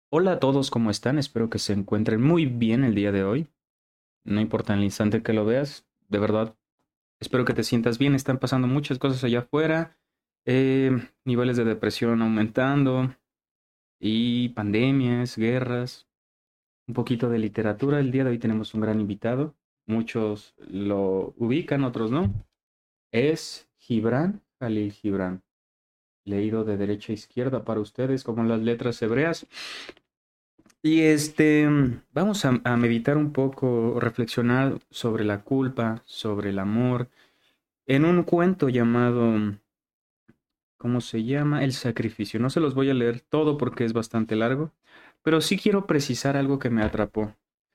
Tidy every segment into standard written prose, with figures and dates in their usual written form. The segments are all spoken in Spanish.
Hola a todos, ¿cómo están? Espero que se encuentren muy bien el día de hoy. No importa el instante que lo veas, de verdad, espero que te sientas bien. Están pasando muchas cosas allá afuera, niveles de depresión aumentando y pandemias, guerras, un poquito de literatura. El día de hoy tenemos un gran invitado. Muchos lo ubican, otros no. Es Gibran Jalil Gibran, leído de derecha a izquierda para ustedes como las letras hebreas. Y vamos a meditar un poco, reflexionar sobre la culpa, sobre el amor, en un cuento llamado, ¿cómo se llama? El sacrificio. No se los voy a leer todo porque es bastante largo, pero sí quiero precisar algo que me atrapó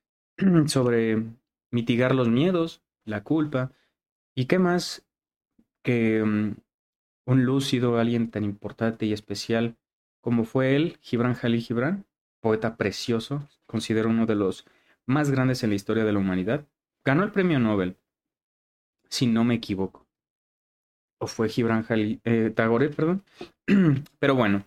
sobre mitigar los miedos, la culpa, y qué más que un lúcido, alguien tan importante y especial como fue él, Gibran Jalil Gibran, poeta precioso, considero uno de los más grandes en la historia de la humanidad. Ganó el premio Nobel, si no me equivoco. O fue Gibran Jalil, Tagore, perdón. Pero bueno,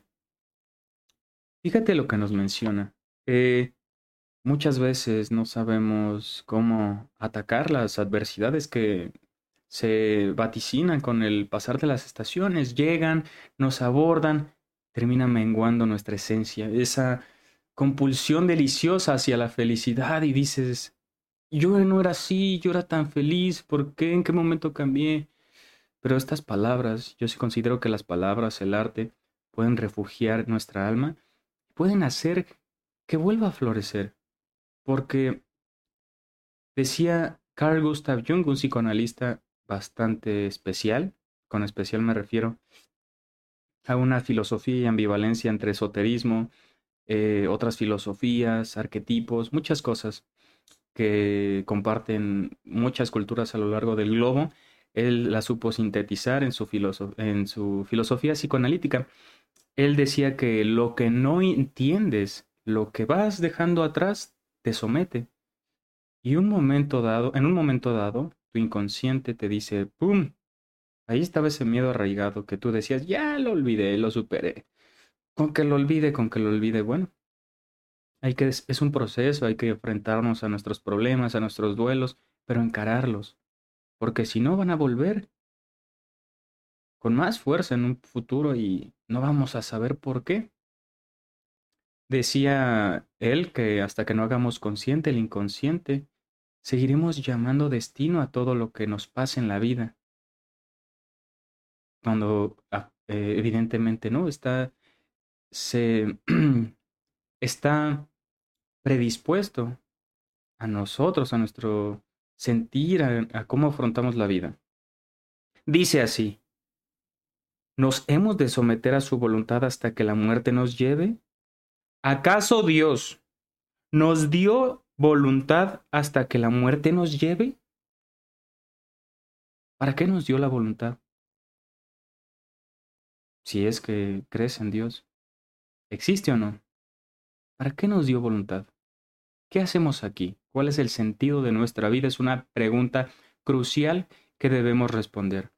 fíjate lo que nos menciona. Eh, Muchas veces no sabemos cómo atacar las adversidades que se vaticinan con el pasar de las estaciones, llegan, nos abordan, termina menguando nuestra esencia, esa compulsión deliciosa hacia la felicidad y dices, yo no era así, yo era tan feliz, ¿por qué? ¿En qué momento cambié? Pero estas palabras, yo sí considero que las palabras, el arte, pueden refugiar nuestra alma, pueden hacer que vuelva a florecer, porque decía Carl Gustav Jung, un psicoanalista bastante especial, con especial me refiero a una filosofía y ambivalencia entre esoterismo, otras filosofías, arquetipos, muchas cosas que comparten muchas culturas a lo largo del globo. Él la supo sintetizar en en su filosofía psicoanalítica. Él decía que lo que no entiendes, lo que vas dejando atrás, te somete. Y en un momento dado, tu inconsciente te dice, ¡pum! Ahí estaba ese miedo arraigado que tú decías, ya lo olvidé, lo superé. Con que lo olvide, bueno, es un proceso, hay que enfrentarnos a nuestros problemas, a nuestros duelos, pero encararlos, porque si no van a volver con más fuerza en un futuro y no vamos a saber por qué. Decía él que hasta que no hagamos consciente el inconsciente, seguiremos llamando destino a todo lo que nos pase en la vida, cuando evidentemente no, se, está predispuesto a nosotros, a nuestro sentir, a cómo afrontamos la vida. Dice así, ¿nos hemos de someter a su voluntad hasta que la muerte nos lleve? ¿Acaso Dios nos dio voluntad hasta que la muerte nos lleve? ¿Para qué nos dio la voluntad? Si es que crees en Dios, ¿existe o no? ¿Para qué nos dio voluntad? ¿Qué hacemos aquí? ¿Cuál es el sentido de nuestra vida? Es una pregunta crucial que debemos responder.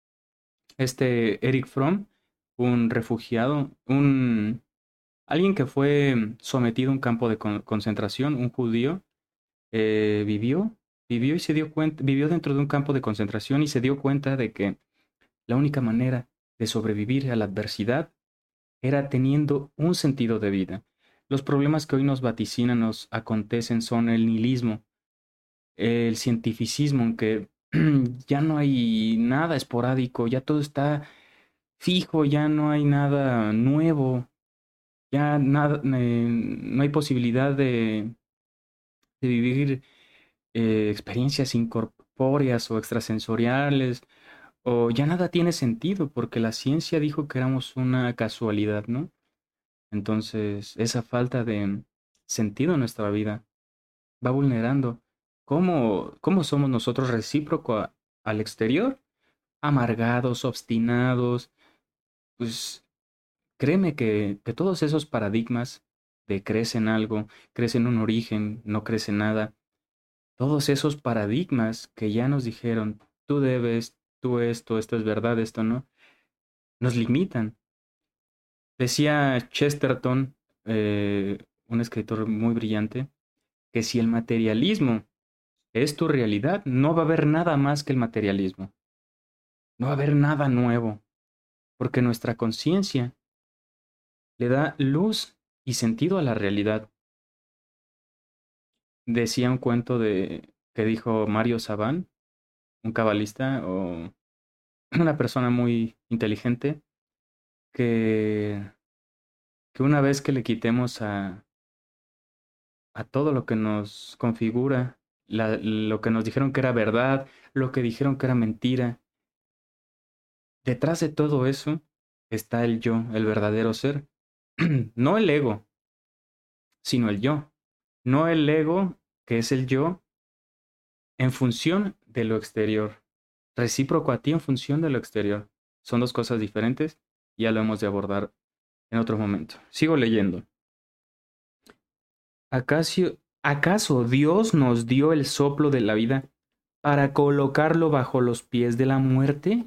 Eric Fromm, un refugiado, alguien que fue sometido a un campo de concentración, un judío, eh, vivió, vivió y se dio cuenta, vivió dentro de un campo de concentración y se dio cuenta de que la única manera de sobrevivir a la adversidad era teniendo un sentido de vida. Los problemas que hoy nos vaticinan, nos acontecen son el nihilismo, el cientificismo, en que ya no hay nada esporádico, ya todo está fijo, ya no hay nada nuevo, ya nada, no hay posibilidad de vivir experiencias incorpóreas o extrasensoriales, o ya nada tiene sentido porque la ciencia dijo que éramos una casualidad, ¿no? Entonces, esa falta de sentido en nuestra vida va vulnerando. ¿Cómo somos nosotros al exterior? Amargados, obstinados. Pues créeme que todos esos paradigmas de crees en algo, crees en un origen, no crees en nada, todos esos paradigmas que ya nos dijeron, tú debes, tú esto es verdad, esto no, nos limitan. Decía Chesterton, un escritor muy brillante, que si el materialismo es tu realidad, no va a haber nada más que el materialismo. No va a haber nada nuevo, porque nuestra conciencia le da luz y sentido a la realidad. Decía un cuento que dijo Mario Sabán, un cabalista o una persona muy inteligente, que, que una vez que le quitemos a todo lo que nos configura, lo que nos dijeron que era verdad, lo que dijeron que era mentira, detrás de todo eso está el yo, el verdadero ser. No el ego, sino el yo. No el ego, que es el yo, en función de lo exterior. Recíproco a ti en función de lo exterior. Son dos cosas diferentes. Ya lo hemos de abordar en otro momento. Sigo leyendo. ¿Acaso Dios nos dio el soplo de la vida para colocarlo bajo los pies de la muerte?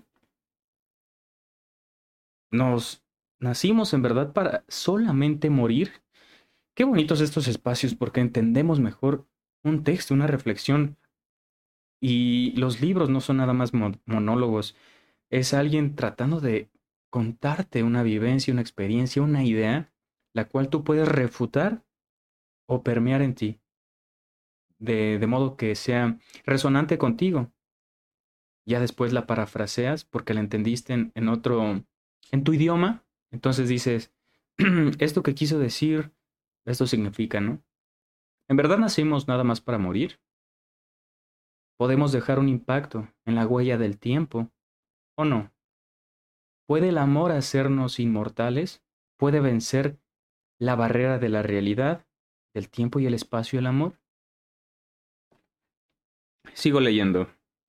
¿Nos nacimos en verdad para solamente morir? Qué bonitos estos espacios porque entendemos mejor un texto, una reflexión. Y los libros no son nada más monólogos. Es alguien tratando de contarte una vivencia, una experiencia, una idea, la cual tú puedes refutar o permear en ti, de modo que sea resonante contigo. Ya después la parafraseas porque la entendiste en tu idioma. Entonces dices, esto que quiso decir, esto significa, ¿no? ¿En verdad nacimos nada más para morir? ¿Podemos dejar un impacto en la huella del tiempo o no? ¿Puede el amor hacernos inmortales? ¿Puede vencer la barrera de la realidad, del tiempo y el espacio el amor? Sigo leyendo.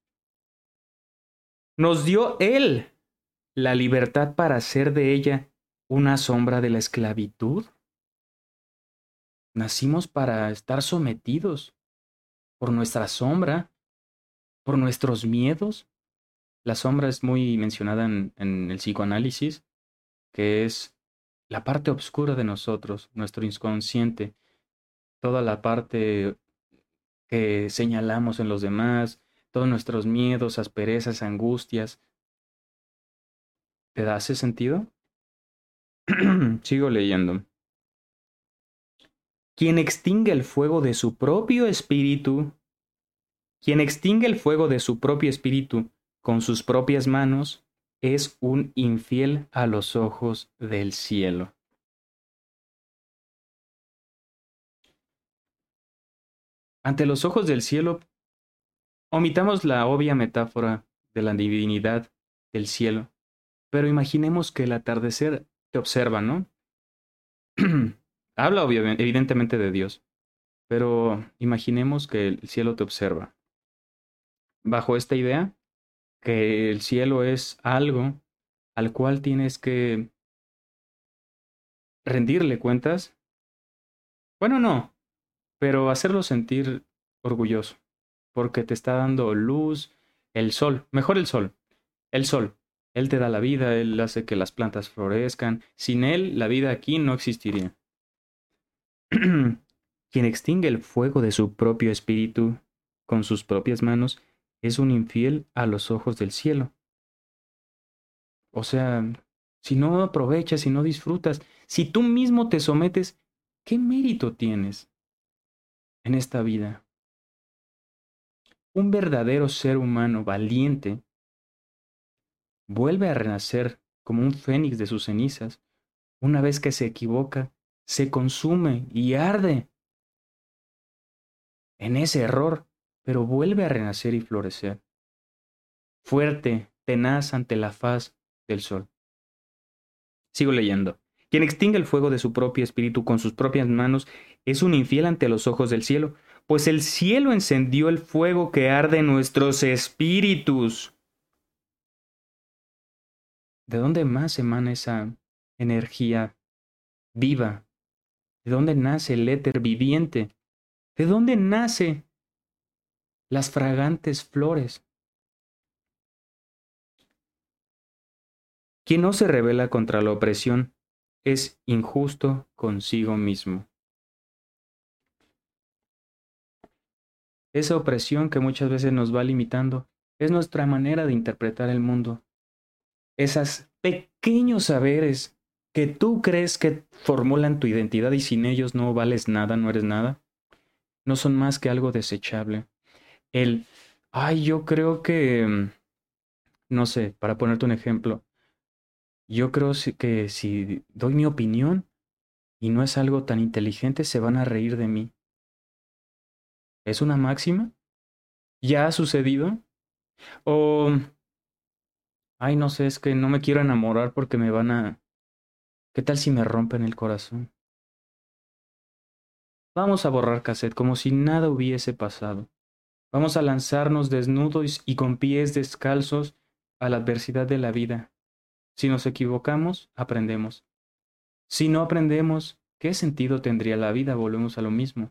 Nos dio Él la libertad para hacer de ella una sombra de la esclavitud. Nacimos para estar sometidos por nuestra sombra, por nuestros miedos. La sombra es muy mencionada en el psicoanálisis, que es la parte oscura de nosotros, nuestro inconsciente, toda la parte que señalamos en los demás, todos nuestros miedos, asperezas, angustias. ¿Te da ese sentido? Sigo leyendo. Quien extingue el fuego de su propio espíritu, quien extingue el fuego de su propio espíritu con sus propias manos, es un infiel a los ojos del cielo. Ante los ojos del cielo, omitamos la obvia metáfora de la divinidad del cielo, pero imaginemos que el atardecer te observa, ¿no? Habla obviamente, evidentemente de Dios, pero imaginemos que el cielo te observa. Bajo esta idea, que el cielo es algo al cual tienes que rendirle cuentas. Bueno, no, pero hacerlo sentir orgulloso, porque te está dando luz, el sol, mejor el sol, el sol. Él te da la vida, él hace que las plantas florezcan. Sin él, la vida aquí no existiría. Quien extingue el fuego de su propio espíritu con sus propias manos es un infiel a los ojos del cielo. O sea, si no aprovechas, si no disfrutas, si tú mismo te sometes, ¿qué mérito tienes en esta vida? Un verdadero ser humano valiente vuelve a renacer como un fénix de sus cenizas. Una vez que se equivoca, se consume y arde en ese error, pero vuelve a renacer y florecer. Fuerte, tenaz ante la faz del sol. Sigo leyendo. Quien extingue el fuego de su propio espíritu con sus propias manos es un infiel ante los ojos del cielo, pues el cielo encendió el fuego que arde en nuestros espíritus. ¿De dónde más emana esa energía viva? ¿De dónde nace el éter viviente? ¿De dónde nace las fragantes flores? Quien no se rebela contra la opresión es injusto consigo mismo. esa opresión que muchas veces nos va limitando, es nuestra manera de interpretar el mundo. Esos pequeños saberes que tú crees que formulan tu identidad y sin ellos no vales nada, no eres nada, no son más que algo desechable. El, yo creo que, no sé, para ponerte un ejemplo, yo creo que si doy mi opinión y no es algo tan inteligente, se van a reír de mí. ¿Es una máxima? ¿Ya ha sucedido? O, no sé, es que no me quiero enamorar porque me van a... ¿Qué tal si me rompen el corazón? Vamos a borrar cassette como si nada hubiese pasado. Vamos a lanzarnos desnudos y con pies descalzos a la adversidad de la vida. Si nos equivocamos, aprendemos. Si no aprendemos, ¿qué sentido tendría la vida? Volvemos a lo mismo.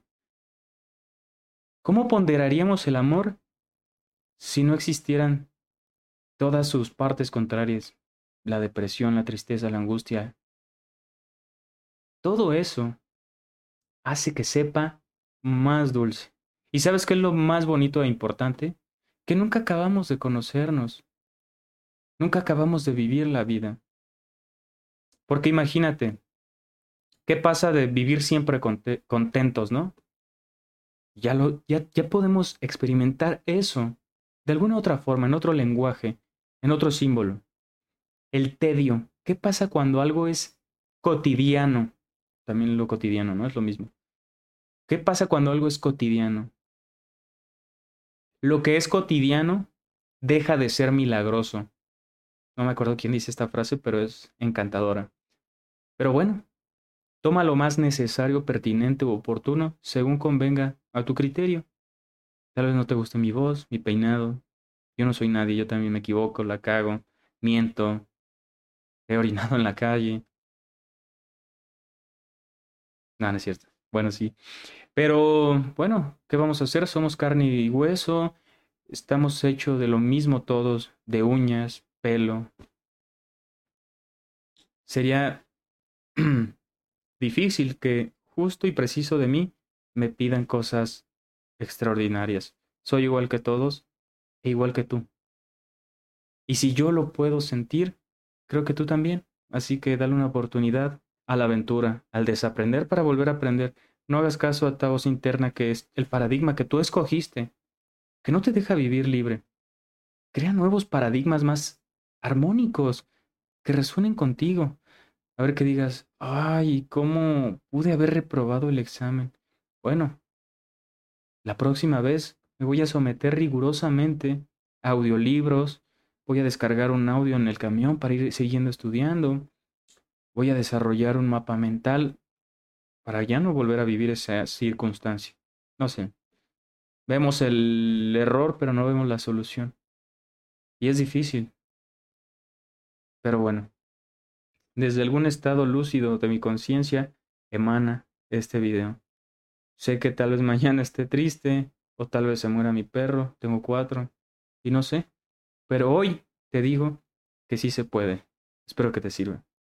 ¿Cómo ponderaríamos el amor si no existieran todas sus partes contrarias? La depresión, la tristeza, la angustia. Todo eso hace que sepa más dulce. ¿Y sabes qué es lo más bonito e importante? Que nunca acabamos de conocernos, nunca acabamos de vivir la vida. Porque imagínate, ¿qué pasa de vivir siempre contentos, no? Ya podemos experimentar eso de alguna otra forma, en otro lenguaje, en otro símbolo. El tedio. ¿Qué pasa cuando algo es cotidiano? También lo cotidiano, ¿no? Es lo mismo. ¿Qué pasa cuando algo es cotidiano? Lo que es cotidiano deja de ser milagroso. No me acuerdo quién dice esta frase, pero es encantadora. Pero bueno, toma lo más necesario, pertinente u oportuno, según convenga a tu criterio. Tal vez no te guste mi voz, mi peinado. Yo no soy nadie, yo también me equivoco, la cago, miento, he orinado en la calle. No, no es cierto. Bueno, sí. Pero bueno, ¿qué vamos a hacer? Somos carne y hueso, estamos hechos de lo mismo todos, de uñas, pelo. Sería difícil que justo y preciso de mí me pidan cosas extraordinarias. Soy igual que todos e igual que tú. Y si yo lo puedo sentir, creo que tú también. Así que dale una oportunidad a la aventura, al desaprender para volver a aprender. No hagas caso a ta voz interna que es el paradigma que tú escogiste, que no te deja vivir libre. Crea nuevos paradigmas más armónicos, que resuenen contigo. A ver que digas, ay, ¿cómo pude haber reprobado el examen? Bueno, la próxima vez me voy a someter rigurosamente a audiolibros, voy a descargar un audio en el camión para ir siguiendo estudiando, voy a desarrollar un mapa mental para ya no volver a vivir esa circunstancia. No sé, vemos el error, pero no vemos la solución. Y es difícil, pero bueno, desde algún estado lúcido de mi conciencia emana este video. Sé que tal vez mañana esté triste, o tal vez se muera mi perro, tengo 4, y no sé. Pero hoy te digo que sí se puede. Espero que te sirva.